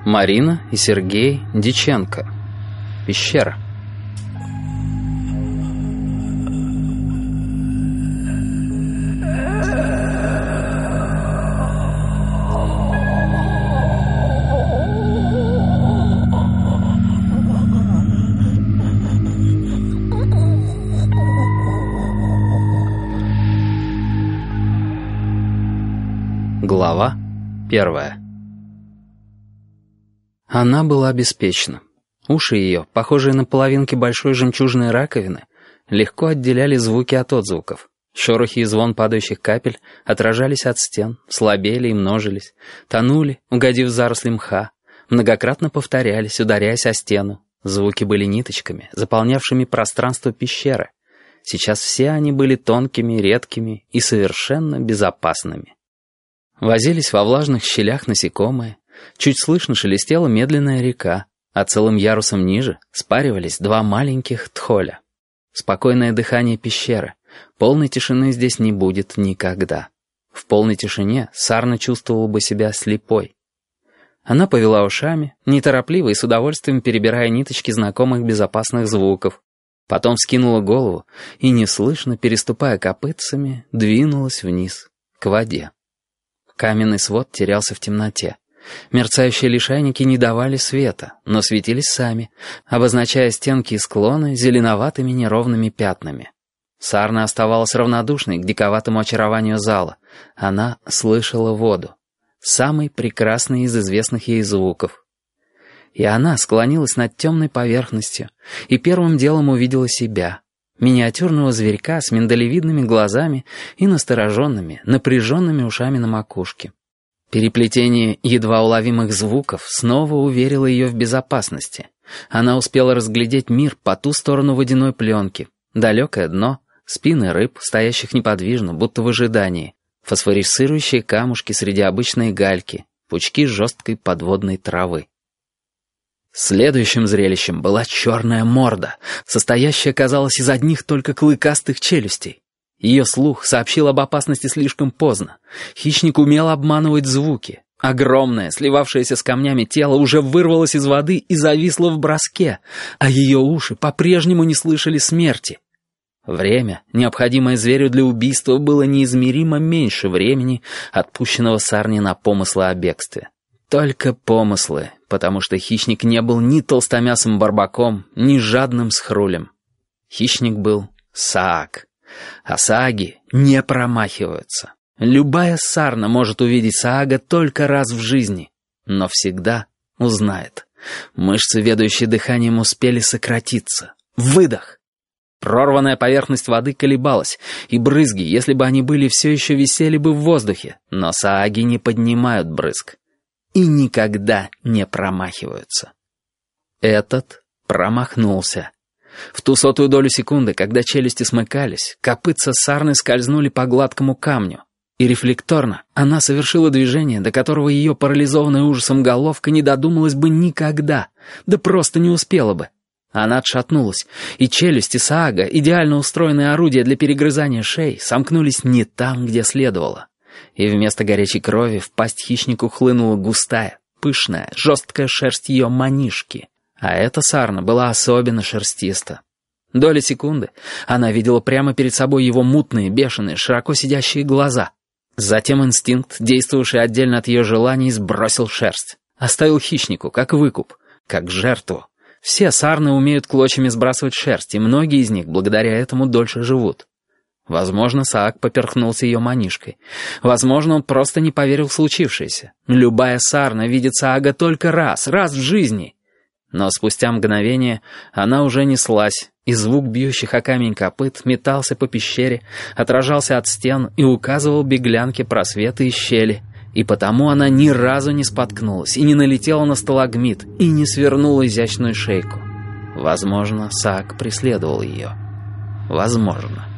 Марина и Сергей Диченко. Пещера. Глава 1. Она была беспечна. Уши ее, похожие на половинки большой жемчужной раковины, легко отделяли звуки от отзвуков. Шорохи и звон падающих капель отражались от стен, слабели и множились, тонули, угодив в заросли мха, многократно повторялись, ударяясь о стену. Звуки были ниточками, заполнявшими пространство пещеры. Сейчас все они были тонкими, редкими и совершенно безопасными. Возились во влажных щелях насекомые, чуть слышно шелестела медленная река, а целым ярусом ниже спаривались два маленьких тхоля. Спокойное дыхание пещеры, полной тишины здесь не будет никогда. В полной тишине Сарна чувствовала бы себя слепой. Она повела ушами, неторопливо и с удовольствием перебирая ниточки знакомых безопасных звуков. Потом вскинула голову и, неслышно переступая копытцами, двинулась вниз, к воде. Каменный свод терялся в темноте. Мерцающие лишайники не давали света, но светились сами, обозначая стенки и склоны зеленоватыми неровными пятнами. Сарна оставалась равнодушной к диковатому очарованию зала. Она слышала воду, самый прекрасный из известных ей звуков. И она склонилась над темной поверхностью и первым делом увидела себя, миниатюрного зверька с миндалевидными глазами и настороженными, напряженными ушами на макушке. Переплетение едва уловимых звуков снова уверило ее в безопасности. Она успела разглядеть мир по ту сторону водяной пленки, далекое дно, спины рыб, стоящих неподвижно, будто в ожидании, фосфорисцирующие камушки среди обычной гальки, пучки жесткой подводной травы. Следующим зрелищем была черная морда, состоящая, казалось, из одних только клыкастых челюстей. Ее слух сообщил об опасности слишком поздно. Хищник умел обманывать звуки. Огромное, сливавшееся с камнями тело уже вырвалось из воды и зависло в броске, а ее уши по-прежнему не слышали смерти. Время, необходимое зверю для убийства, было неизмеримо меньше времени, отпущенного Сарне на помыслы о бегстве. Только помыслы, потому что хищник не был ни толстомясым барбаком, ни жадным схрулем. Хищник был Саак. А сааги не промахиваются. Любая сарна может увидеть саага только раз в жизни, но всегда узнает. Мышцы, ведущие дыханием, успели сократиться. Выдох! Прорванная поверхность воды колебалась, и брызги, если бы они были, все еще висели бы в воздухе, но сааги не поднимают брызг. И никогда не промахиваются. Этот промахнулся. В ту сотую долю секунды, когда челюсти смыкались, копытца сарны скользнули по гладкому камню, и рефлекторно она совершила движение, до которого ее парализованная ужасом головка не додумалась бы никогда, да просто не успела бы. Она отшатнулась, и челюсти саага, идеально устроенные орудия для перегрызания шеи, сомкнулись не там, где следовало. И вместо горячей крови в пасть хищнику хлынула густая, пышная, жесткая шерсть ее манишки. А эта сарна была особенно шерстиста. Доля секунды она видела прямо перед собой его мутные, бешеные, широко сидящие глаза. Затем инстинкт, действовавший отдельно от ее желаний, сбросил шерсть. Оставил хищнику, как выкуп, как жертву. Все сарны умеют клочьями сбрасывать шерсть, и многие из них благодаря этому дольше живут. Возможно, Саак поперхнулся ее манишкой. Возможно, он просто не поверил в случившееся. Любая сарна видит Саага только раз в жизни. Но спустя мгновение она уже неслась, и звук бьющих о камень копыт метался по пещере, отражался от стен и указывал беглянке просветы и щели. И потому она ни разу не споткнулась и не налетела на сталагмит и не свернула изящную шейку. Возможно, Саак преследовал ее. Возможно.